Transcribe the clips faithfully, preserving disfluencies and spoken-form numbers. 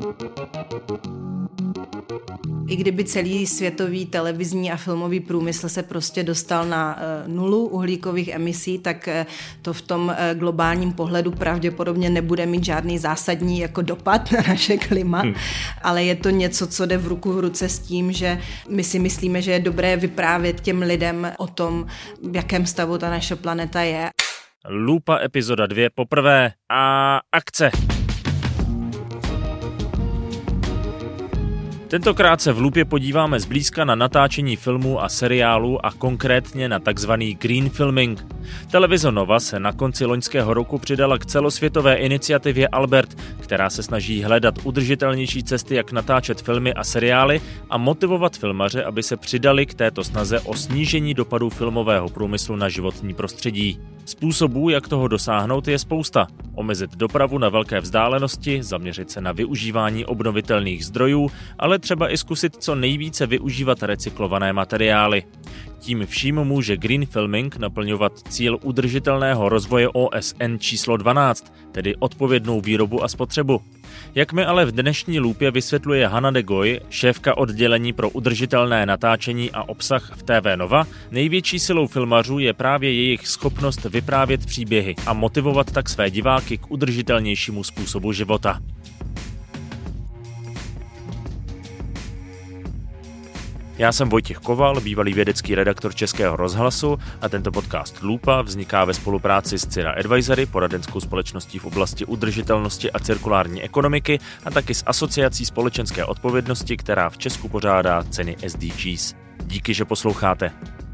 I kdyby celý světový televizní a filmový průmysl se prostě dostal na nulu uhlíkových emisí, tak to v tom globálním pohledu pravděpodobně nebude mít žádný zásadní jako dopad na naše klima, hmm. ale je to něco, co jde v ruku v ruce s tím, že my si myslíme, že je dobré vyprávět těm lidem o tom, v jakém stavu ta naše planeta je. Lupa epizoda dvě poprvé a akce. Tentokrát se v Lupě podíváme zblízka na natáčení filmů a seriálů a konkrétně na takzvaný green filming. Televize Nova se na konci loňského roku přidala k celosvětové iniciativě Albert, která se snaží hledat udržitelnější cesty, jak natáčet filmy a seriály a motivovat filmaře, aby se přidali k této snaze o snížení dopadů filmového průmyslu na životní prostředí. Způsobů, jak toho dosáhnout, je spousta. Omezit dopravu na velké vzdálenosti, zaměřit se na využívání obnovitelných zdrojů, ale třeba i zkusit co nejvíce využívat recyklované materiály. Tím vším může green filming naplňovat cíl udržitelného rozvoje O S N číslo dvanáct, tedy odpovědnou výrobu a spotřebu. Jak mi ale v dnešní Lupě vysvětluje Hana de Goy, šéfka oddělení pro udržitelné natáčení a obsah v T V Nova, největší silou filmařů je právě jejich schopnost vyprávět příběhy a motivovat tak své diváky k udržitelnějšímu způsobu života. Já jsem Vojtěch Koval, bývalý vědecký redaktor Českého rozhlasu a tento podcast Lupa vzniká ve spolupráci s Cira Advisory, poradenskou společností v oblasti udržitelnosti a cirkulární ekonomiky a taky s Asociací společenské odpovědnosti, která v Česku pořádá ceny S D Gs. Díky, že posloucháte.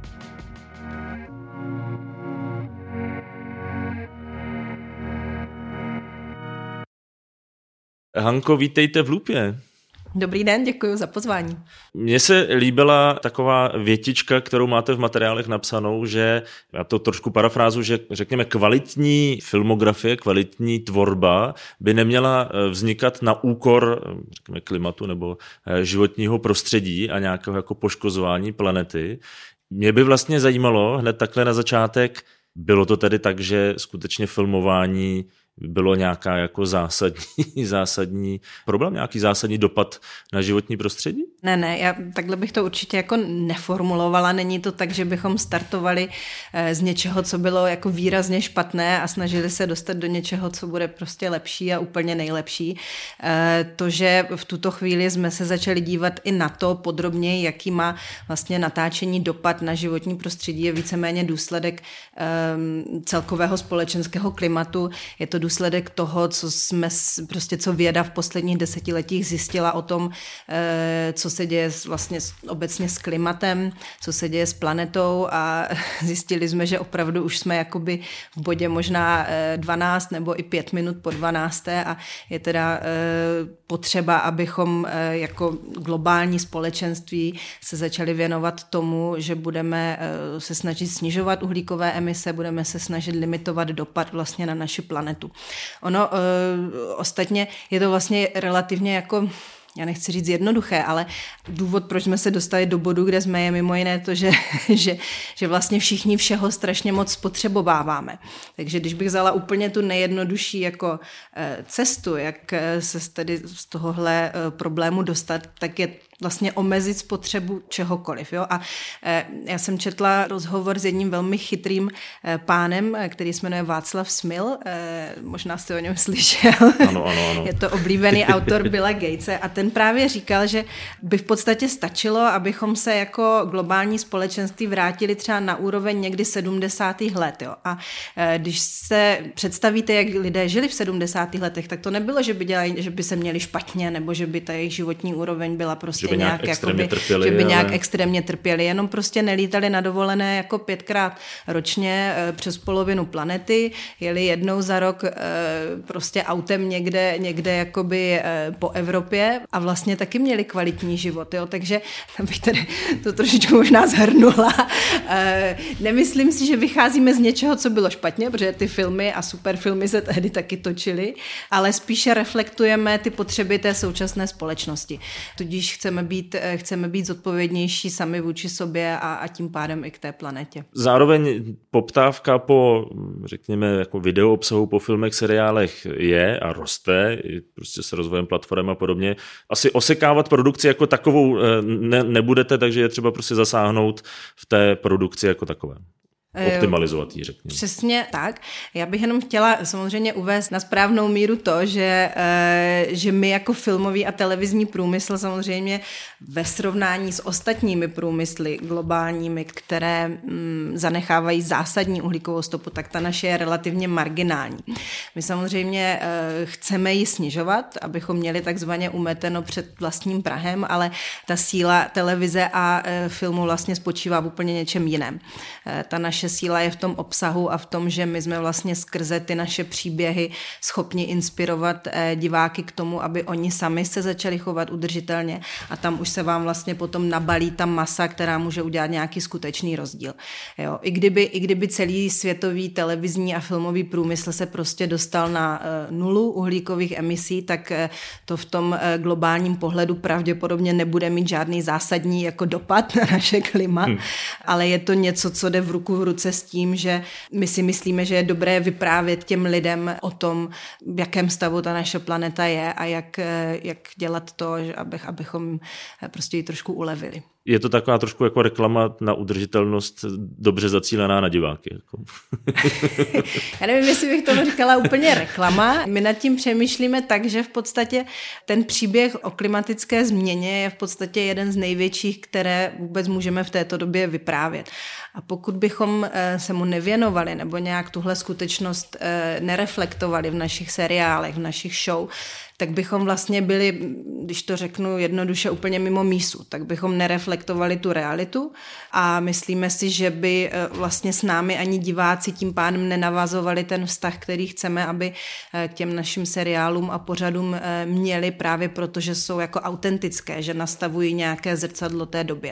Hanko, vítejte v Lupě. Dobrý den, děkuji za pozvání. Mně se líbila taková větička, kterou máte v materiálech napsanou, že, já to trošku parafrázu, že řekněme kvalitní filmografie, kvalitní tvorba by neměla vznikat na úkor řekněme, klimatu nebo životního prostředí a nějakého jako poškozování planety. Mě by vlastně zajímalo hned takhle na začátek, bylo to tedy tak, že skutečně filmování bylo nějaká jako zásadní, zásadní problém, nějaký zásadní dopad na životní prostředí? Ne, ne, já takhle bych to určitě jako neformulovala. Není to tak, že bychom startovali z něčeho, co bylo jako výrazně špatné a snažili se dostat do něčeho, co bude prostě lepší a úplně nejlepší. To, že v tuto chvíli jsme se začali dívat i na to podrobněji, jaký má vlastně natáčení dopad na životní prostředí, je víceméně důsledek celkového společenského klimatu. Je to důsledek toho, co jsme prostě co věda v posledních desetiletích zjistila o tom, co se děje vlastně obecně s klimatem, co se děje s planetou a zjistili jsme, že opravdu už jsme jakoby v bodě možná dvanáct nebo i pět minut po dvanácté a je teda potřeba, abychom jako globální společenství se začali věnovat tomu, že budeme se snažit snižovat uhlíkové emise, budeme se snažit limitovat dopad vlastně na naši planetu. Ono ostatně je to vlastně relativně jako já nechci říct jednoduché, ale důvod, proč jsme se dostali do bodu, kde jsme, je mimo jiné to, že, že, že vlastně všichni všeho strašně moc spotřebováváme. Takže když bych vzala úplně tu nejjednodušší jako cestu, jak se tedy z tohohle problému dostat, tak je vlastně omezit spotřebu čehokoliv. Jo? A já jsem četla rozhovor s jedním velmi chytrým pánem, který se jmenuje Václav Smil. Možná jste o něm slyšel. Ano, ano, ano. Je to oblíbený autor Billa Gatese a ten právě říkal, že by v podstatě stačilo, abychom se jako globální společenství vrátili třeba na úroveň někdy sedmdesátých let. Jo? A když se představíte, jak lidé žili v sedmdesátých letech, tak to nebylo, že by, dělali, že by se měli špatně nebo že by ta jejich životní úroveň byla prostě že by nějak, nějak extrémně, jakoby, trpěli, že by nějak ale... extrémně trpěli, jenom prostě nelítali na dovolené jako pětkrát ročně e, přes polovinu planety, jeli jednou za rok e, prostě autem někde, někde jakoby e, po Evropě a vlastně taky měli kvalitní život, jo, takže bych tady to trošičku možná zhrnula. E, nemyslím si, že vycházíme z něčeho, co bylo špatně, protože ty filmy a superfilmy se tehdy taky točily, ale spíše reflektujeme ty potřeby té současné společnosti. Tudíž chceme chceme být, chceme být zodpovědnější sami vůči sobě a, a tím pádem i k té planetě. Zároveň poptávka po, řekněme, jako video obsahu po filmech, seriálech je a roste, prostě s rozvojem platform a podobně. Asi osekávat produkci jako takovou ne, nebudete, takže je třeba prostě zasáhnout v té produkci jako takové. Optimalizovat ji, řekněme. Přesně tak. Já bych jenom chtěla samozřejmě uvést na správnou míru to, že, že my jako filmový a televizní průmysl samozřejmě ve srovnání s ostatními průmysly globálními, které mm, zanechávají zásadní uhlíkovou stopu, tak ta naše je relativně marginální. My samozřejmě chceme ji snižovat, abychom měli takzvaně umeteno před vlastním prahem, ale ta síla televize a filmu vlastně spočívá v úplně něčem jiném. Ta naše síla je v tom obsahu a v tom, že my jsme vlastně skrze ty naše příběhy schopni inspirovat diváky k tomu, aby oni sami se začali chovat udržitelně a tam už se vám vlastně potom nabalí ta masa, která může udělat nějaký skutečný rozdíl. Jo. I kdyby, i kdyby celý světový televizní a filmový průmysl se prostě dostal na nulu uhlíkových emisí, tak to v tom globálním pohledu pravděpodobně nebude mít žádný zásadní jako dopad na naše klima, hmm. ale je to něco, co jde v ruku v ruce s tím, že my si myslíme, že je dobré vyprávět těm lidem o tom, v jakém stavu ta naše planeta je a jak, jak dělat to, abych, abychom prostě ji trošku ulevili. Je to taková trošku jako reklama na udržitelnost dobře zacílená na diváky. Jako. Já nevím, jestli bych tomu říkala úplně reklama. My nad tím přemýšlíme tak, že v podstatě ten příběh o klimatické změně je v podstatě jeden z největších, které vůbec můžeme v této době vyprávět. A pokud bychom se mu nevěnovali nebo nějak tuhle skutečnost nereflektovali v našich seriálech, v našich show, tak bychom vlastně byli, když to řeknu jednoduše, úplně mimo mísu. Tak bychom nereflektovali tu realitu a myslíme si, že by vlastně s námi ani diváci tím pádem nenavazovali ten vztah, který chceme, aby k těm našim seriálům a pořadům měli právě proto, že jsou jako autentické, že nastavují nějaké zrcadlo té době.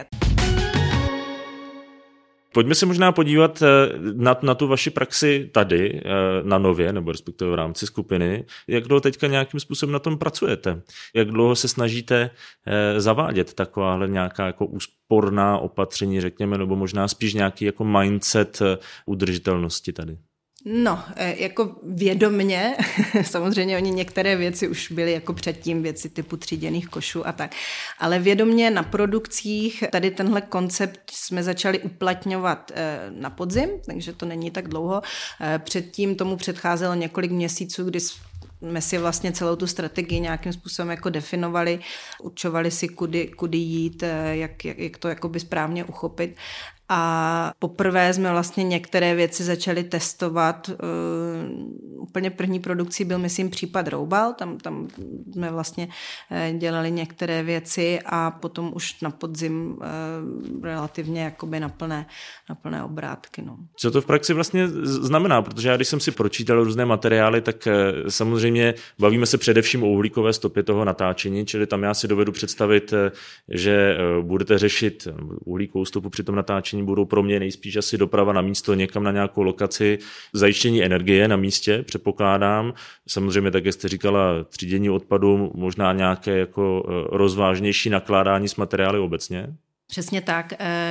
Pojďme se možná podívat na, na tu vaši praxi tady, na Nově, nebo respektive v rámci skupiny. Jak dlouho teďka nějakým způsobem na tom pracujete? Jak dlouho se snažíte zavádět takováhle nějaká jako úsporná opatření, řekněme, nebo možná spíš nějaký jako mindset udržitelnosti tady? No, jako vědomně, samozřejmě oni některé věci už byly jako předtím, věci typu tříděných košů a tak, ale vědomně na produkcích tady tenhle koncept jsme začali uplatňovat na podzim, takže to není tak dlouho. Předtím tomu předcházelo několik měsíců, kdy jsme si vlastně celou tu strategii nějakým způsobem jako definovali, určovali si, kudy, kudy jít, jak, jak, jak to jakoby správně uchopit. A poprvé jsme vlastně některé věci začali testovat. Uh, úplně první produkcí byl, myslím, případ Roubal, tam, tam jsme vlastně uh, dělali některé věci a potom už na podzim uh, relativně jakoby na plné, na plné obrátky. No. Co to v praxi vlastně znamená? Protože já, když jsem si pročítal různé materiály, tak uh, samozřejmě bavíme se především o uhlíkové stopě toho natáčení, čili tam já si dovedu představit, že uh, budete řešit uhlíkovou stopu při tom natáčení, budou pro mě nejspíš asi doprava na místo, někam na nějakou lokaci, zajištění energie na místě, předpokládám. Samozřejmě, tak jak jste říkala, třídění odpadu, možná nějaké jako rozvážnější nakládání s materiály obecně. Přesně tak.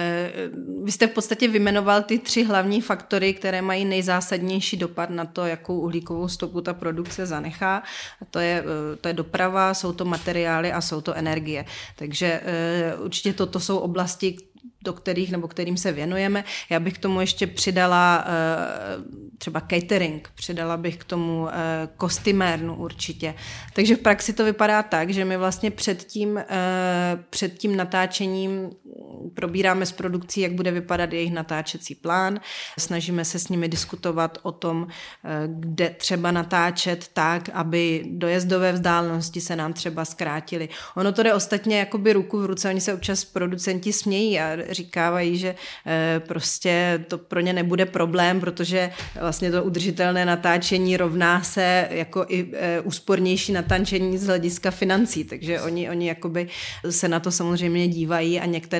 Vy jste v podstatě vymenoval ty tři hlavní faktory, které mají nejzásadnější dopad na to, jakou uhlíkovou stopu ta produkce zanechá. To je, to je doprava, jsou to materiály a jsou to energie. Takže určitě toto jsou oblasti, do kterých nebo kterým se věnujeme. Já bych k tomu ještě přidala třeba catering, přidala bych k tomu kostymérnu určitě. Takže v praxi to vypadá tak, že my vlastně před tím, před tím natáčením probíráme s produkcí, jak bude vypadat jejich natáčecí plán. Snažíme se s nimi diskutovat o tom, kde třeba natáčet tak, aby dojezdové vzdálenosti se nám třeba zkrátily. Ono to jde ostatně jakoby ruku v ruce, oni se občas producenti smějí a říkávají, že prostě to pro ně nebude problém, protože vlastně to udržitelné natáčení rovná se jako i úspornější natáčení z hlediska financí, takže oni, oni jakoby se na to samozřejmě dívají a některé ty věci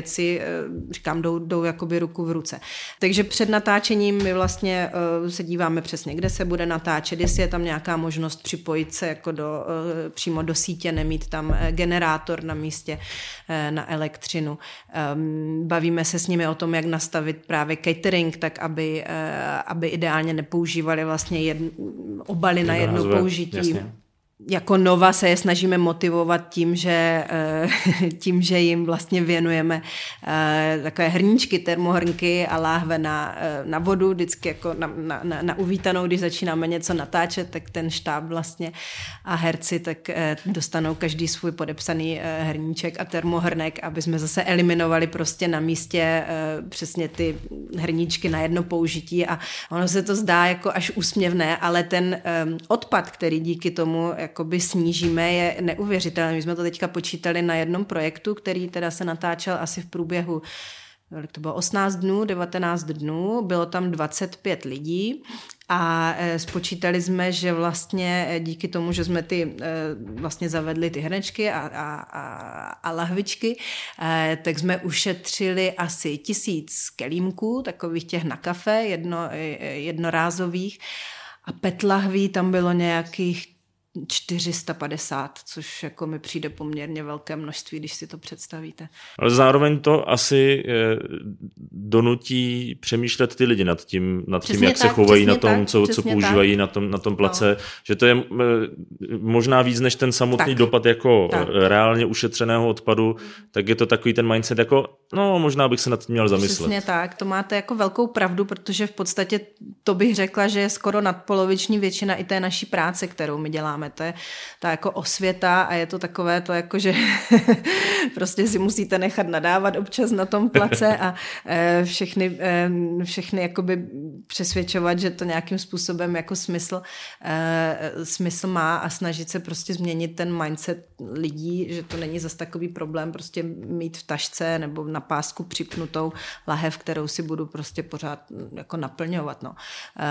věci, říkám, jdou, jdou jakoby ruku v ruce. Takže před natáčením my vlastně se díváme přesně, kde se bude natáčet, jestli je tam nějaká možnost připojit se jako do, přímo do sítě, nemít tam generátor na místě na elektřinu. Bavíme se s nimi o tom, jak nastavit právě catering, tak aby, aby ideálně nepoužívali vlastně jedn, obaly na jedno použití. Jasně. Jako Nova se je snažíme motivovat tím, že, tím, že jim vlastně věnujeme takové hrníčky, termohrnky a láhve na, na vodu, vždycky jako na, na, na uvítanou, když začínáme něco natáčet, tak ten štáb vlastně a herci tak dostanou každý svůj podepsaný hrníček a termohrnek, aby jsme zase eliminovali prostě na místě přesně ty hrníčky na jedno použití a ono se to zdá jako až úsměvné, ale ten odpad, který díky tomu jakoby snížíme, je neuvěřitelné. My jsme to teďka počítali na jednom projektu, který teda se natáčel asi v průběhu, to bylo osmnáct dnů, devatenáct dnů, bylo tam dvacet pět lidí a spočítali jsme, že vlastně díky tomu, že jsme ty vlastně zavedli ty hrnečky a, a, a, a lahvičky, tak jsme ušetřili asi tisíc kelímků, takových těch na kafe, jedno, jednorázových a pet lahví tam bylo nějakých čtyři sta padesát, což jako mi přijde poměrně velké množství, když si to představíte. Ale zároveň to asi donutí přemýšlet ty lidi nad tím, nad tím jak tak, se chovají na tom, tak, co, co používají na tom, na tom place, no. Že to je možná víc než ten samotný tak. dopad jako tak. reálně ušetřeného odpadu, tak je to takový ten mindset jako, no možná bych se nad tím měl zamyslet. Přesně tak, to máte jako velkou pravdu, protože v podstatě to bych řekla, že je skoro nadpoloviční většina i té naší práce, kterou my děláme. To je ta jako osvěta a je to takové to jako, že prostě si musíte nechat nadávat občas na tom place a všechny, všechny jakoby přesvědčovat, že to nějakým způsobem jako smysl, smysl má a snažit se prostě změnit ten mindset lidí, že to není zas takový problém prostě mít v tašce nebo na pásku připnutou lahev, kterou si budu prostě pořád jako naplňovat. No.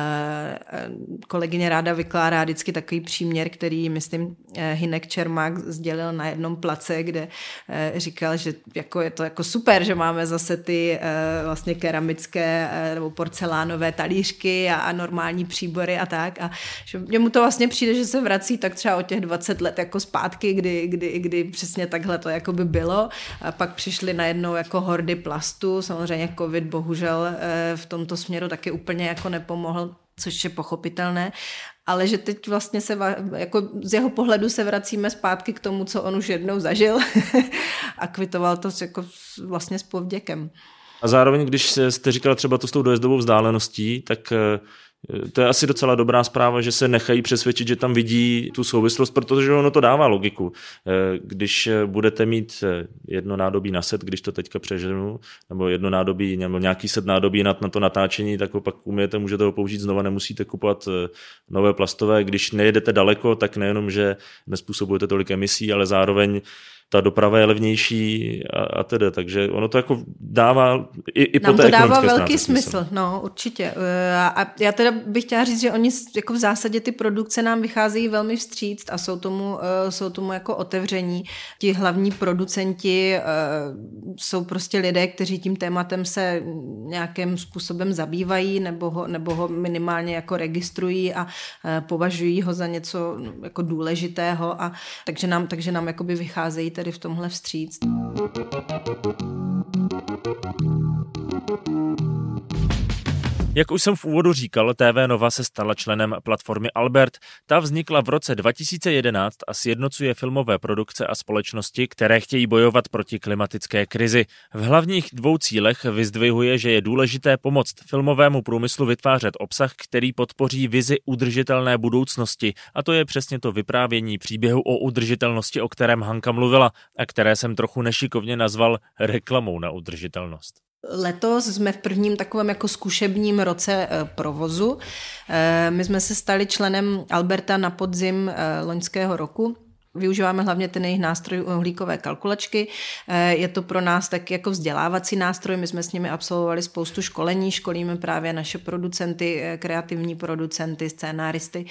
Kolegyně ráda vykládá vždycky takový příměr, který, myslím, Hynek Čermák sdělil na jednom place, kde říkal, že jako je to jako super, že máme zase ty vlastně keramické nebo porcelánové talířky a, a normální příbory a tak. A že mu to vlastně přijde, že se vrací tak třeba o těch dvacet let jako zpátky, kdy, kdy, kdy přesně takhle to jako by bylo. A pak přišly najednou jako hordy plastu. Samozřejmě covid bohužel v tomto směru taky úplně jako nepomohl, což je pochopitelné, ale že teď vlastně se jako z jeho pohledu se vracíme zpátky k tomu, co on už jednou zažil a kvitoval to jako vlastně s povděkem. A zároveň, když jste říkala třeba to s tou dojezdovou vzdáleností, tak to je asi docela dobrá zpráva, že se nechají přesvědčit, že tam vidí tu souvislost, protože ono to dává logiku. Když budete mít jedno nádobí na set, když to teďka přeženu, nebo jedno nádobí, nebo nějaký set nádobí na, na to natáčení, tak ho pak umíte, můžete ho použít znova, nemusíte kupovat nové plastové. Když nejedete daleko, tak nejenom, že nespůsobujete tolik emisí, ale zároveň ta doprava je levnější a, a tedy, takže ono to jako dává i, i po té ekonomické stránce. Nám to dává velký smysl, smysl, no určitě. A já teda bych chtěla říct, že oni jako v zásadě ty produkce nám vycházejí velmi vstříc a jsou tomu, jsou tomu jako otevření. Ti hlavní producenti jsou prostě lidé, kteří tím tématem se nějakým způsobem zabývají nebo ho, nebo ho minimálně jako registrují a považují ho za něco jako důležitého a takže nám, takže nám jakoby vycházejí tedy v tomhle vstříc. Jak už jsem v úvodu říkal, T V Nova se stala členem platformy Albert. Ta vznikla v roce dva tisíce jedenáct a sjednocuje filmové produkce a společnosti, které chtějí bojovat proti klimatické krizi. V hlavních dvou cílech vyzdvihuje, že je důležité pomoct filmovému průmyslu vytvářet obsah, který podpoří vizi udržitelné budoucnosti. A to je přesně to vyprávění příběhu o udržitelnosti, o kterém Hanka mluvila a které jsem trochu nešikovně nazval reklamou na udržitelnost. Letos jsme v prvním takovém jako zkušebním roce provozu. My jsme se stali členem Alberta na podzim loňského roku. Využíváme hlavně ten jejich nástroj uhlíkové kalkulačky. Je to pro nás tak jako vzdělávací nástroj. My jsme s nimi absolvovali spoustu školení, školíme právě naše producenty, kreativní producenty, scénáristy.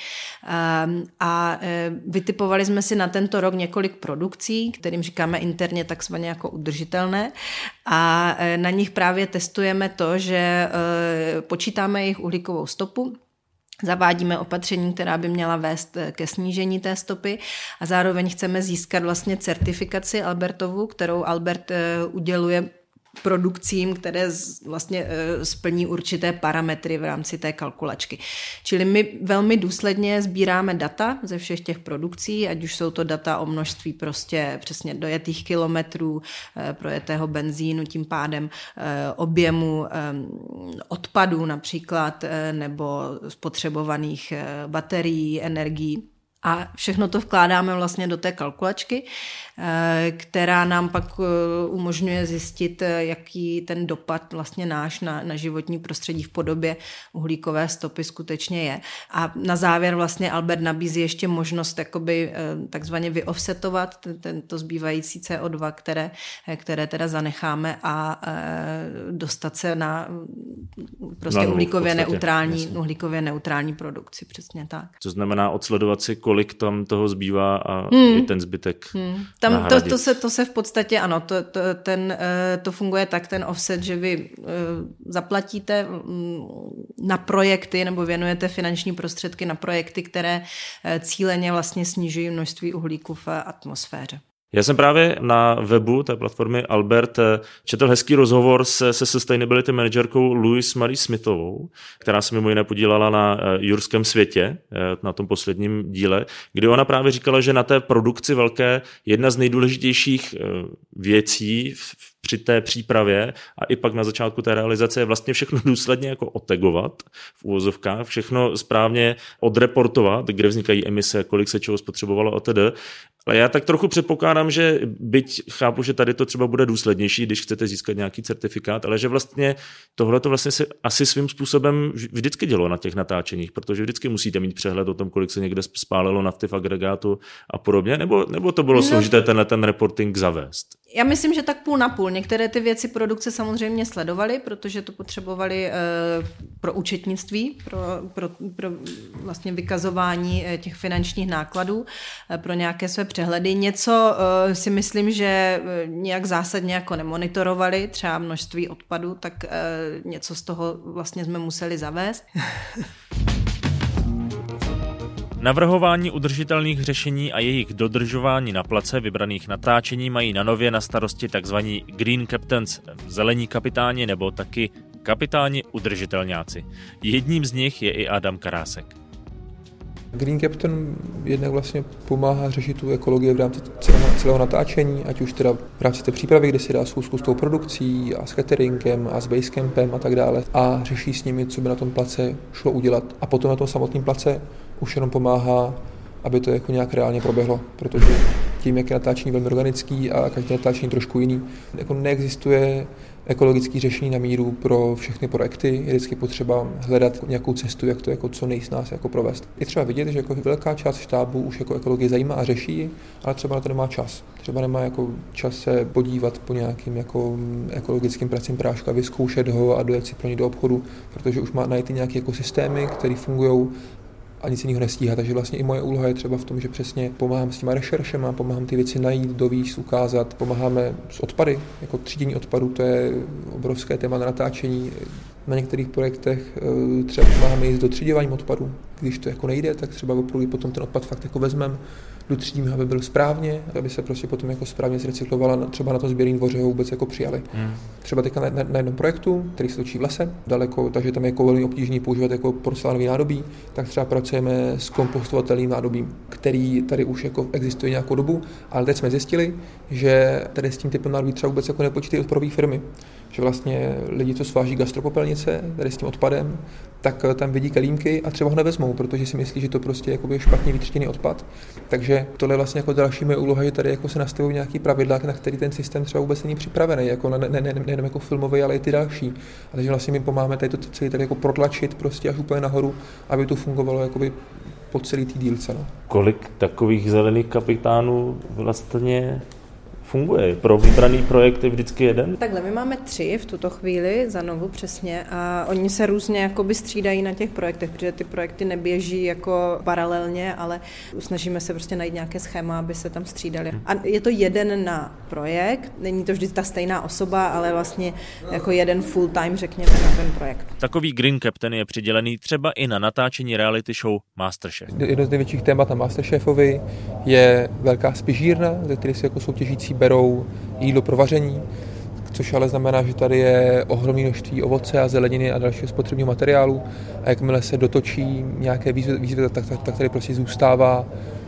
A vytipovali jsme si na tento rok několik produkcí, kterým říkáme interně takzvaně jako udržitelné. A na nich právě testujeme to, že počítáme jejich uhlíkovou stopu, zavádíme opatření, která by měla vést ke snížení té stopy a zároveň chceme získat vlastně certifikaci Albertovu, kterou Albert uděluje produkcím, které vlastně splní určité parametry v rámci té kalkulačky. Čili my velmi důsledně sbíráme data ze všech těch produkcí, ať už jsou to data o množství prostě přesně dojetých kilometrů, projetého benzínu, tím pádem objemu odpadů například, nebo spotřebovaných baterií, energií. A všechno to vkládáme vlastně do té kalkulačky, která nám pak umožňuje zjistit, jaký ten dopad vlastně náš na, na životní prostředí v podobě uhlíkové stopy skutečně je. A na závěr vlastně Albert nabízí ještě možnost jakoby takzvaně vyoffsetovat tento zbývající C O dva, které, které teda zanecháme a dostat se na prostě no, uhlíkově neutrální, uhlíkově neutrální produkci, přesně tak. To znamená odsledovat si, kolik tam toho zbývá a hmm. i ten zbytek hmm. Tam to, to, se, to se v podstatě, ano, to, to, ten, to funguje tak, ten offset, že vy zaplatíte na projekty nebo věnujete finanční prostředky na projekty, které cíleně vlastně snižují množství uhlíku v atmosféře. Já jsem právě na webu té platformy Albert četl hezký rozhovor se, se sustainability managerkou Louise Marie Smithovou, která se mimo jiné podílela na Jurském světě, na tom posledním díle, kdy ona právě říkala, že na té produkci velké jedna z nejdůležitějších věcí při té přípravě a i pak na začátku té realizace je vlastně všechno důsledně jako otegovat v uvozovkách, všechno správně odreportovat, kde vznikají emise, kolik se čeho spotřebovalo a tedy. Ale já tak trochu předpokládám, že byť chápu, že tady to třeba bude důslednější, když chcete získat nějaký certifikát, ale že vlastně tohle to vlastně se asi svým způsobem vždycky dělo na těch natáčeních, protože vždycky musíte mít přehled o tom, kolik se někde spálilo nafty v agregátu a podobně, nebo, nebo to bylo no, složité tenhle ten reporting zavést? Já myslím, že tak půl na půl. Některé ty věci produkce samozřejmě sledovaly, protože to potřebovali e, pro účetnictví, pro, pro, pro vlastně vykazování e, těch finančních nákladů, e, pro nějaké své přehledy. Něco e, si myslím, že e, nějak zásadně jako nemonitorovali, třeba množství odpadu, tak e, něco z toho vlastně jsme museli zavést. Navrhování udržitelných řešení a jejich dodržování na place vybraných natáčení mají na nově na starosti tzv. Green Captains, zelení kapitáni nebo taky kapitáni udržitelňáci. Jedním z nich je i Adam Karásek. Green Captain jednak vlastně pomáhá řešit tu ekologii v rámci celého, celého natáčení, ať už teda v rámci té přípravy, kde si dá schůzku s tou produkcí a s cateringem a s basecampem a tak dále a řeší s nimi, co by na tom place šlo udělat. A potom na tom samotném place už jenom pomáhá, aby to jako nějak reálně proběhlo, protože tím, jak je natáčení velmi organický a každé natáčení trošku jiný, jako neexistuje ekologické řešení na míru pro všechny projekty, je vždycky potřeba hledat nějakou cestu, jak to jako co nejsnáz jako provést. Je třeba vidět, že jako velká část štábu už jako ekologii zajímá a řeší, ale třeba na to nemá čas. Třeba nemá jako čas se podívat po nějakým jako ekologickým pracím práška, vyzkoušet ho a dojet si pro ně do obchodu, protože už má najít nějaké ekosystémy, které fungují a nic jiného nestíhá. Takže vlastně i moje úloha je třeba v tom, že přesně pomáhám s těma rešeršema, pomáhám ty věci najít, dovíst, ukázat, pomáháme s odpady, jako třídění odpadů, to je obrovské téma na natáčení. Na některých projektech třeba pomáháme jít do tříděvání odpadů. Když to jako nejde, tak třeba opravdu potom ten odpad fakt jako vezmeme, dotřídíme, aby byl správně, aby se prostě potom jako správně zrecyklovala, třeba na tom sběrném dvoře ho vůbec jako přijali. Hmm. Třeba teďka na, na, na jednom projektu, který se točí v lese, daleko, takže tam je jako velmi obtížné používat jako porcelánový nádobí, tak třeba pracujeme s kompostovatelným nádobím, který tady už jako existuje nějakou dobu, ale teď jsme zjistili, že tady s tím typem nádobí třeba vůbec jako nepočítají odpadové firmy. Že vlastně lidi, co sváží gastropopelnice tady s tím odpadem, tak tam vidí kelímky a třeba ho nevezmou, protože si myslí, že to prostě je špatně vytříděný odpad. Takže tohle je vlastně jako další moje úloha, že tady jako se nastavují nějaký pravidla, na který ten systém třeba vůbec není připravený, jako ne, ne, ne, nejenom jako filmový, ale i ty další. A takže vlastně my pomáháme tady to celé tady jako protlačit prostě až úplně nahoru, aby to fungovalo jakoby po celý té dílce. No. Kolik takových zelených kapitánů vlastně funguje? Pro vybraný projekt je vždycky jeden? Takhle, my máme tři v tuto chvíli, za Novu přesně, a oni se různě jakoby střídají na těch projektech, protože ty projekty neběží jako paralelně, ale snažíme se prostě najít nějaké schéma, aby se tam střídali. A je to jeden na projekt, není to vždy ta stejná osoba, ale vlastně jako jeden full time, řekněme, na ten projekt. Takový Green Captain je přidělený třeba i na natáčení reality show Masterchef. Jedno z největších témat na Masterchefovi je velká spižírna, ze které se jako soutěžící berou jídlo pro vaření, což ale znamená, že tady je ohromné množství ovoce a zeleniny a dalšího spotřebního materiálu a jakmile se dotočí nějaké výzvy, výzvy tak, tak, tak tady prostě zůstává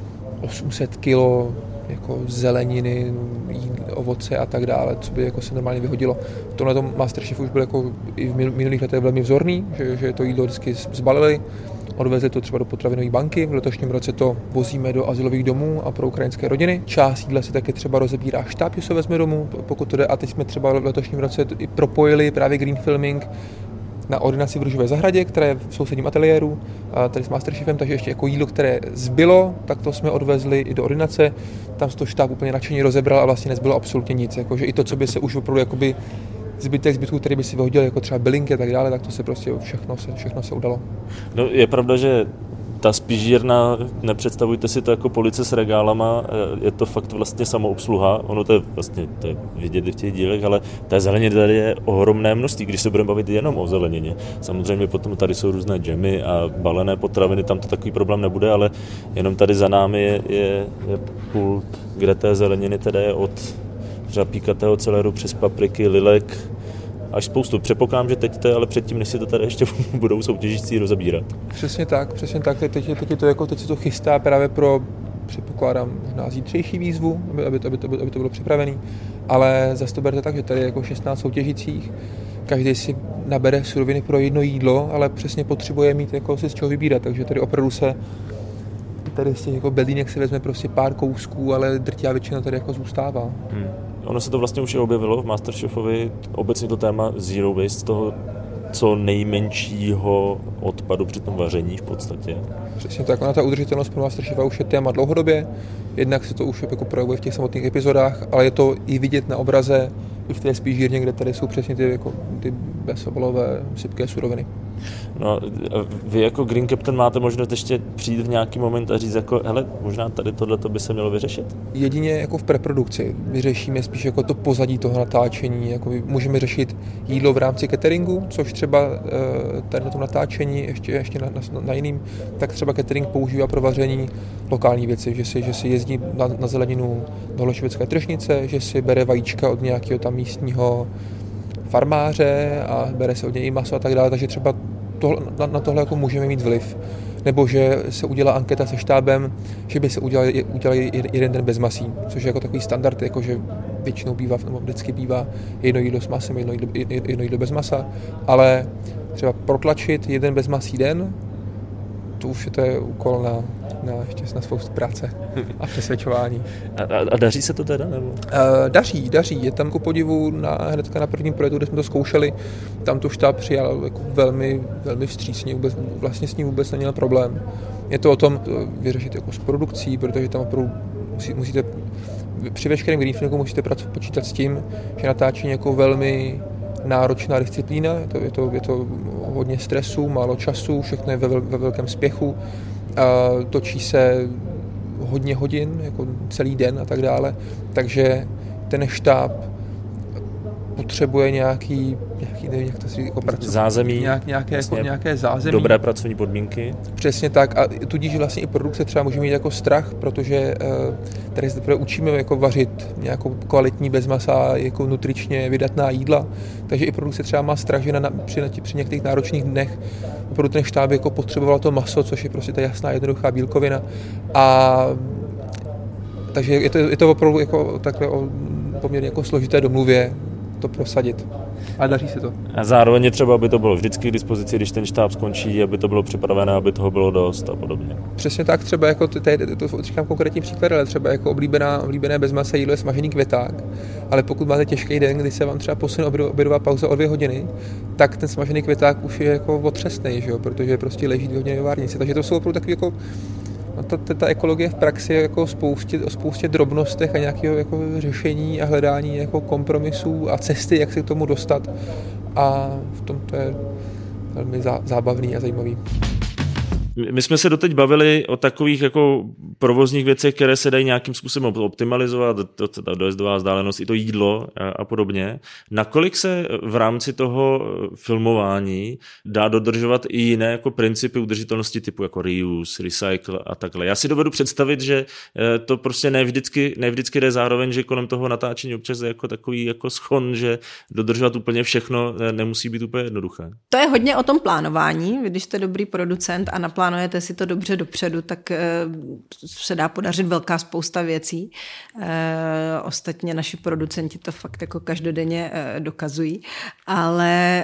osm set kilo jako zeleniny, jídlo, ovoce a tak dále, co by jako se normálně vyhodilo. V tomhle Masterchef už byl jako i v minulých letech velmi vzorný, že, že to jídlo vždycky zbalili. Odvezli to třeba do potravinové banky, v letošním roce to vozíme do azylových domů a pro ukrajinské rodiny. Část jídla si taky třeba rozebírá štáb, že se vezme domů, pokud to jde. A teď jsme třeba v letošním roce i propojili právě Green Filming na ordinaci v Růžové zahradě, která je v sousedním ateliéru, tady s Masterchefem, takže ještě jako jídlo, které zbylo, tak to jsme odvezli i do ordinace. Tam se to štáb úplně nadšeně rozebral a vlastně nezbylo absolutně nic. Jakože i to, co by se už opravdu jakoby zbytek zbytků, který by si vyhodil, jako třeba bylinky a tak dále, tak to se prostě všechno se, všechno se udalo. No, je pravda, že ta spižírna, nepředstavujte si to jako police s regálama, je to fakt vlastně samoobsluha, ono to je vlastně to je vidět v těch dílech, ale té zeleniny tady je ohromné množství, když se budeme bavit jenom o zelenině. Samozřejmě potom tady jsou různé džemy a balené potraviny, tam to takový problém nebude, ale jenom tady za námi je, je, je pult, kde té zeleniny teda je od třeba píkatého celeru přes papriky, lilek, až spoustu. Předpokládám, že teď to je, ale předtím, než si to tady ještě budou soutěžící rozebírat. Přesně tak, přesně tak. Teď, teď, teď, to, jako, teď se to chystá právě pro, předpokládám, možná zítřejší výzvu, aby, aby, aby, to, aby to bylo připravené, ale zase to berte tak, že tady je jako šestnáct soutěžících, každý si nabere suroviny pro jedno jídlo, ale přesně potřebuje mít jako si z čeho vybírat, takže tady opravdu se tady z těch jako bedlínek se vezme prostě pár kousků, ale drtivá většina tady jako zůstává. Hmm. Ono se to vlastně už i objevilo v Masterchefovi, obecně to téma zero waste, toho co nejmenšího odpadu při tom vaření v podstatě. Přesně tak, ona ta udržitelnost pro Masterchefa už je téma dlouhodobě, jednak se to už jako projevuje v těch samotných epizodách, ale je to i vidět na obraze, i v té spížírně, kde tady jsou přesně ty, jako, ty bezobalové sypké suroviny. No, vy jako Green Captain máte možnost ještě přijít v nějaký moment a říct jako, hele, možná tady tohleto by se mělo vyřešit? Jedině jako v preprodukci. My řešíme spíš jako to pozadí toho natáčení. Jako můžeme řešit jídlo v rámci cateringu, což třeba tady na tom natáčení ještě, ještě na, na, na jiným, tak třeba catering používá pro vaření lokální věci, že si, že si jezdí na, na zeleninu do Holešovické tržnice, že si bere vajíčka od nějakého tam místního farmáře a bere se od něj i maso a tak dále, takže třeba tohle, na, na tohle jako můžeme mít vliv. Nebo že se udělá anketa se štábem, že by se udělali, udělali jeden den bez masí, což je jako takový standard, jako že většinou bývá, nebo vždycky bývá jedno jídlo s masem, jedno jídlo, jedno jídlo bez masa, ale třeba protlačit jeden bez masí den, to už je to je úkol na, na, ještě na spoustu práce a přesvědčování. A, a, a daří se to teda? Nebo? Uh, daří, daří. Je tam ku podivu na, hnedka na prvním projektu, kde jsme to zkoušeli, tam to štáb přijal jako velmi, velmi vstřícně, vůbec, vlastně s ním vůbec neměl problém. Je to o tom vyřešit jako s produkcí, protože tam opravdu musí, musíte, při veškerém greenfingu musíte počítat s tím, že natáčení jako velmi náročná disciplína, je to, je, to, je to hodně stresu, málo času, všechno je ve, ve velkém spěchu, a točí se hodně hodin, jako celý den a tak dále, takže ten štáb potřebuje nějaký, nějaký nevím, jak to si jako pracovní, zázemí, nějak, nějaké, jako, nějaké zázemí. Dobré pracovní podmínky. Přesně tak a tudíž vlastně i produkce třeba může mít jako strach, protože tady se teprve učíme jako vařit nějakou kvalitní bez masa, jako nutričně vydatná jídla, takže i produkce třeba má strach, že na, při, při některých náročných dnech opravdu ten štáb jako potřeboval to maso, což je prostě ta jasná jednoduchá bílkovina a takže je to, je to opravdu jako takhle o poměrně jako složité domluvě, to prosadit. A daří se to. A zároveň je třeba, aby to bylo vždycky k dispozici, když ten štáb skončí, aby to bylo připravené, aby toho bylo dost a podobně. Přesně tak, třeba jako, tady, to říkám konkrétní příklad, ale třeba jako oblíbená, oblíbené bez masa jídlo je smažený květák, ale pokud máte těžký den, kdy se vám třeba posune obědová pauza o dvě hodiny, tak ten smažený květák už je jako otřesnej, že jo? Protože prostě leží dvě hodiny ve várnici. Takže to jsou opravdu takový jako no ta, ta, ta ekologie v praxi je jako spoustě, o spoustě drobnostech a nějakého jako řešení a hledání jako kompromisů a cesty, jak se k tomu dostat. A v tom to je velmi zá, zábavný a zajímavý. My jsme se doteď bavili o takových jako provozních věcech, které se dají nějakým způsobem optimalizovat, to, to, ta dojezdová vzdálenost, i to jídlo a, a podobně. Nakolik se v rámci toho filmování dá dodržovat i jiné jako principy udržitelnosti typu jako reuse, recycle a takhle? Já si dovedu představit, že to prostě ne vždycky, ne vždycky jde zároveň, že kolem toho natáčení občas je jako takový jako schon, že dodržovat úplně všechno nemusí být úplně jednoduché. To je hodně o tom plánování, když jste dobrý producent a naplánujete plánujete si to dobře dopředu, tak se dá podařit velká spousta věcí. Ostatně naši producenti to fakt jako každodenně dokazují. Ale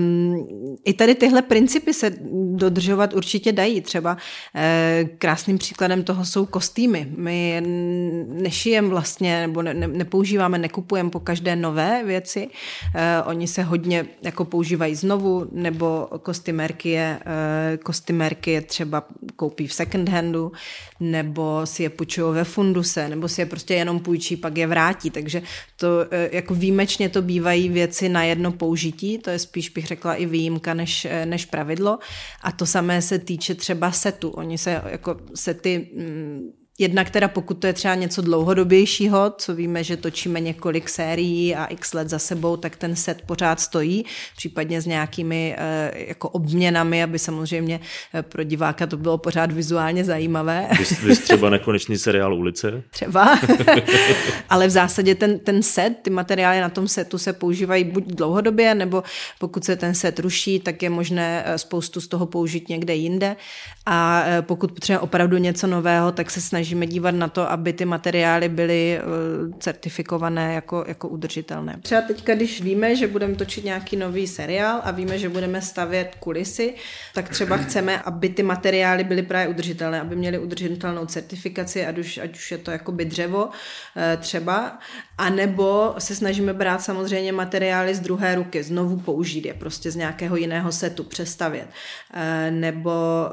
i tady tyhle principy se dodržovat určitě dají. Třeba krásným příkladem toho jsou kostýmy. My nešijeme vlastně, nebo ne, nepoužíváme, nekupujeme po každé nové věci. Oni se hodně jako používají znovu, nebo kostymérky je, kostymérky je třeba koupí v second handu, nebo si je půjčují ve funduse, nebo si je prostě jenom půjčí, pak je vrátí. Takže to jako výjimečně to bývají věci na jedno použití, to je spíš bych řekla i výjimka než, než pravidlo. A to samé se týče třeba setu. Oni se jako sety jednak teda pokud to je třeba něco dlouhodobějšího, co víme, že točíme několik sérií a x let za sebou, tak ten set pořád stojí, případně s nějakými jako obměnami, aby samozřejmě pro diváka to bylo pořád vizuálně zajímavé. Vy třeba nekonečný seriál Ulice? Třeba. Ale v zásadě ten, ten set, ty materiály na tom setu se používají buď dlouhodobě, nebo pokud se ten set ruší, tak je možné spoustu z toho použít někde jinde. A pokud potřebujeme opravdu něco nového, tak se snaží Snažíme dívat na to, aby ty materiály byly certifikované jako, jako udržitelné. Třeba teďka, když víme, že budeme točit nějaký nový seriál a víme, že budeme stavět kulisy, tak třeba chceme, aby ty materiály byly právě udržitelné, aby měly udržitelnou certifikaci, ať už, ať už je to jakoby dřevo třeba, anebo se snažíme brát samozřejmě materiály z druhé ruky, znovu použít je prostě z nějakého jiného setu, přestavět. Nebo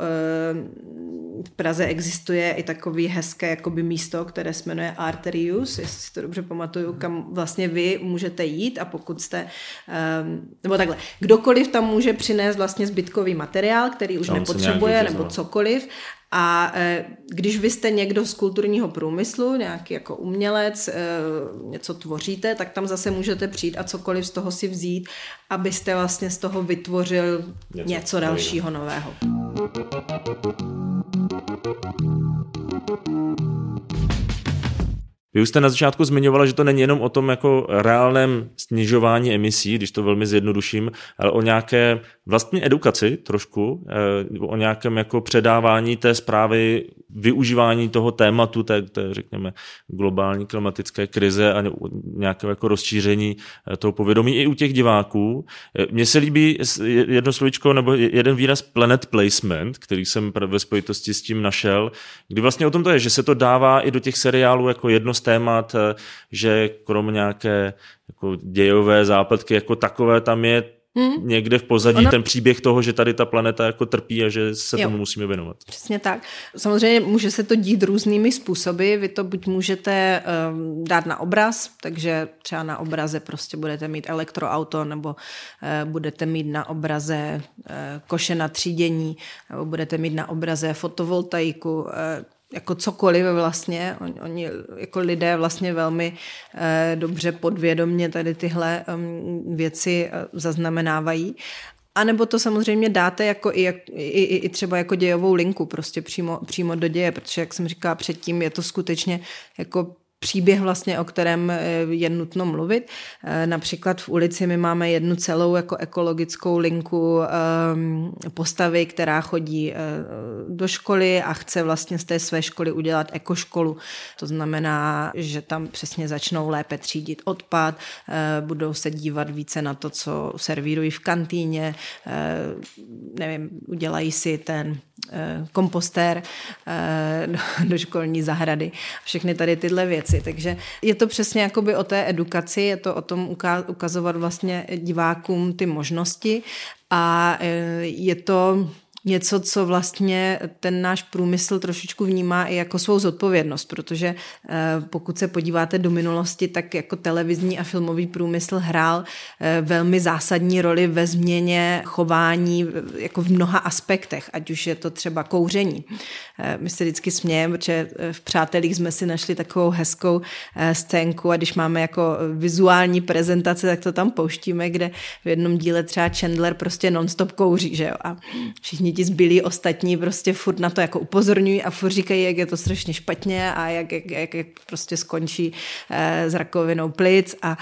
v Praze existuje i takový hezké jakoby místo, které se jmenuje Art Reuse, jestli si to dobře pamatuju, kam vlastně vy můžete jít a pokud jste, nebo takhle, kdokoliv tam může přinést vlastně zbytkový materiál, který už tam nepotřebuje, nebo cokoliv. A když vy jste někdo z kulturního průmyslu, nějaký jako umělec, něco tvoříte, tak tam zase můžete přijít a cokoliv z toho si vzít, abyste vlastně z toho vytvořil něco, něco dalšího nového. Vy už jste na začátku zmiňovala, že to není jenom o tom jako reálném snižování emisí, když to velmi zjednoduším, ale o nějaké vlastně edukaci trošku, o nějakém jako předávání té zprávy, využívání toho tématu, té, té řekněme globální klimatické krize a nějakého jako rozšíření toho povědomí i u těch diváků. Mně se líbí jedno slovíčko nebo jeden výraz planet placement, který jsem ve spojitosti s tím našel, kdy vlastně o tom to je, že se to dává i do těch seriálů jako jedno z témat, že krom nějaké jako dějové zápletky jako takové tam je Hmm. někde v pozadí ono... ten příběh toho, že tady ta planeta jako trpí a že se jo. tomu musíme věnovat. Přesně tak. Samozřejmě může se to dít různými způsoby. Vy to buď můžete um, dát na obraz, takže třeba na obraze prostě budete mít elektroauto, nebo uh, budete mít na obraze uh, koše na třídění, nebo budete mít na obraze fotovoltaiku, uh, jako cokoliv vlastně, oni, oni jako lidé vlastně velmi eh, dobře podvědomě tady tyhle um, věci eh, zaznamenávají. A nebo to samozřejmě dáte jako i, i, i třeba jako dějovou linku prostě přímo, přímo do děje, protože jak jsem říkala předtím, je to skutečně jako příběh vlastně, o kterém je nutno mluvit. Například v ulici my máme jednu celou jako ekologickou linku postavy, která chodí do školy a chce vlastně z té své školy udělat ekoškolu. To znamená, že tam přesně začnou lépe třídit odpad, budou se dívat více na to, co servírují v kantýně, nevím, udělají si ten kompostér do školní zahrady. Všechny tady tyhle věci. Takže je to přesně jakoby o té edukaci, je to o tom ukazovat vlastně divákům ty možnosti a je to něco, co vlastně ten náš průmysl trošičku vnímá i jako svou zodpovědnost, protože pokud se podíváte do minulosti, tak jako televizní a filmový průmysl hrál velmi zásadní roli ve změně chování jako v mnoha aspektech, ať už je to třeba kouření. My se vždycky smějeme, protože v Přátelích jsme si našli takovou hezkou scénku a když máme jako vizuální prezentace, tak to tam pouštíme, kde v jednom díle třeba Chandler prostě non-stop kouří, že jo? A všichni ti zbylí ostatní prostě furt na to jako upozorňují a furt říkají, jak je to strašně špatně a jak, jak, jak, jak prostě skončí eh, s rakovinou plic a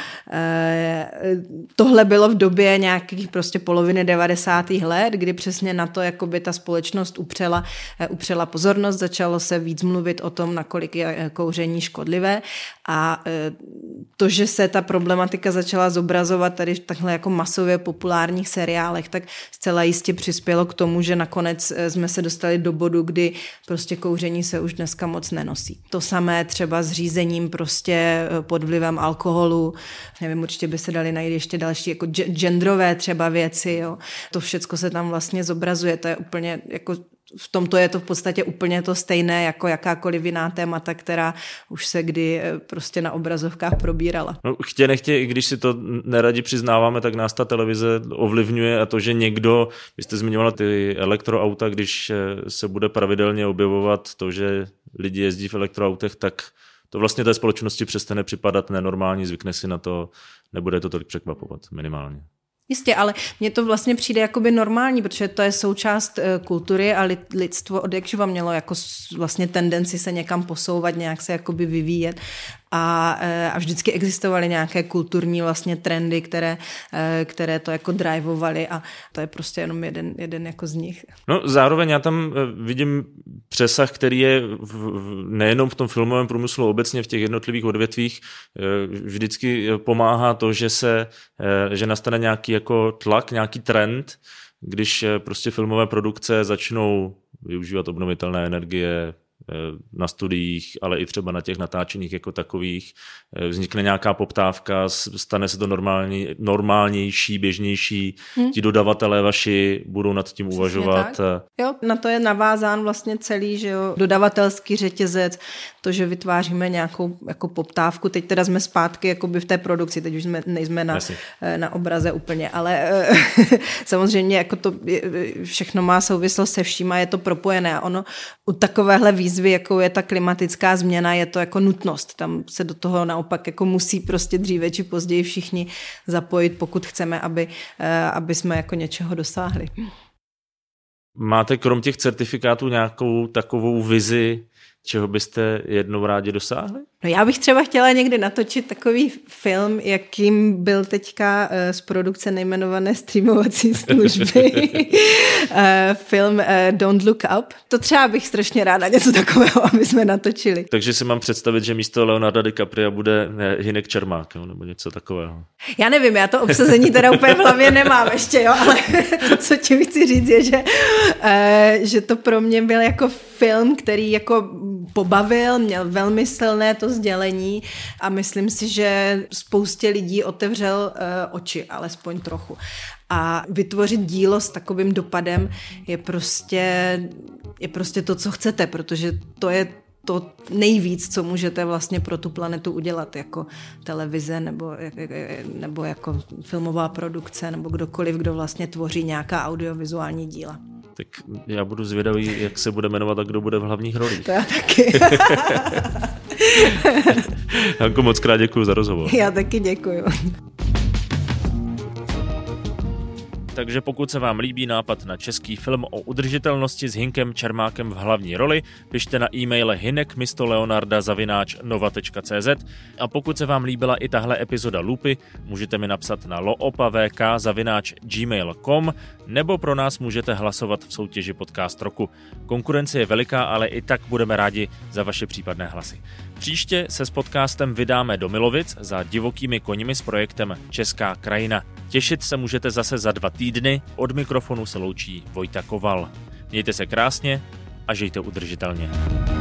eh, tohle bylo v době nějakých prostě poloviny devadesátých let, kdy přesně na to jakoby ta společnost upřela, eh, upřela pozornost, začalo se víc mluvit o tom, nakolik je kouření škodlivé a eh, to, že se ta problematika začala zobrazovat tady v takhle jako masově populárních seriálech, tak zcela jistě přispělo k tomu, že nakonec jsme se dostali do bodu, kdy prostě kouření se už dneska moc nenosí. To samé třeba s řízením prostě pod vlivem alkoholu, nevím, určitě by se dali najít ještě další jako genderové třeba věci, jo. To všecko se tam vlastně zobrazuje, to je úplně jako v tomto je to v podstatě úplně to stejné jako jakákoliv jiná témata, která už se kdy prostě na obrazovkách probírala. No, chtě nechtě, i když si to neradi přiznáváme, tak nás ta televize ovlivňuje a to, že někdo, vy jste zmiňovala ty elektroauta, když se bude pravidelně objevovat to, že lidi jezdí v elektroautech, tak to vlastně té společnosti přestane připadat nenormální, zvykne si na to, nebude to tolik překvapovat minimálně. Jistě, ale mně to vlastně přijde jakoby normální, protože to je součást kultury a lidstvo od jakživa mělo jako vlastně tendenci se někam posouvat, nějak se jakoby vyvíjet a, a vždycky existovaly nějaké kulturní vlastně trendy, které, které to jako driveovaly a to je prostě jenom jeden, jeden jako z nich. No zároveň já tam vidím přesah, který je v, nejenom v tom filmovém průmyslu, obecně v těch jednotlivých odvětvích vždycky pomáhá to, že se, že nastane nějaký jako tlak, nějaký trend, když prostě filmové produkce začnou využívat obnovitelné energie na studiích, ale i třeba na těch natáčeních jako takových. Vznikne nějaká poptávka, stane se to normální, normálnější, běžnější. Hmm. Ti dodavatelé vaši budou nad tím přesně uvažovat. Tak. Jo, na to je navázán vlastně celý, že jo, dodavatelský řetězec, to, že vytváříme nějakou jako poptávku. Teď teda jsme zpátky jakoby v té produkci, teď už jsme, nejsme na, na obraze úplně, ale samozřejmě jako to všechno má souvislost se vším a je to propojené. Ono u takovéhle výzvy, jako je ta klimatická změna, je to jako nutnost. Tam se do toho naopak jako musí prostě dříve či později všichni zapojit, pokud chceme, aby, aby jsme jako něčeho dosáhli. Máte krom těch certifikátů nějakou takovou vizi, čeho byste jednou rádi dosáhli? No já bych třeba chtěla někdy natočit takový film, jakým byl teďka uh, z produkce nejmenované streamovací služby uh, film uh, Don't Look Up. To třeba bych strašně ráda něco takového, aby jsme natočili. Takže si mám představit, že místo Leonarda DiCapria bude Hynek Čermák, jo, nebo něco takového. Já nevím, já to obsazení teda úplně v hlavě nemám ještě, jo, ale to, co ti chci říct, je, že, uh, že to pro mě byl jako film, který jako pobavil, měl velmi silné to sdělení a myslím si, že spoustě lidí otevřel uh, oči, alespoň trochu. A vytvořit dílo s takovým dopadem je prostě, je prostě to, co chcete, protože to je to nejvíc, co můžete vlastně pro tu planetu udělat jako televize nebo, nebo jako filmová produkce nebo kdokoliv, kdo vlastně tvoří nějaká audiovizuální díla. Tak já budu zvědavý, jak se bude jmenovat a kdo bude v hlavních rolích. To já taky. Hanko, moc krát děkuju za rozhovor. Já taky děkuju. takže pokud se vám líbí nápad na český film o udržitelnosti s Hinkem Čermákem v hlavní roli, pište na e-mail hinek místo leonarda zavináč nova tečka cé zet a pokud se vám líbila i tahle epizoda Lupy, můžete mi napsat na loopavk zavináč gmail tečka com nebo pro nás můžete hlasovat v soutěži Podcast roku. Konkurence je veliká, ale i tak budeme rádi za vaše případné hlasy. Příště se s podcastem vydáme do Milovic za divokými koňmi s projektem Česká krajina. Těšit se můžete zase za dva týdny, od mikrofonu se loučí Vojta Koval. Mějte se krásně a žijte udržitelně.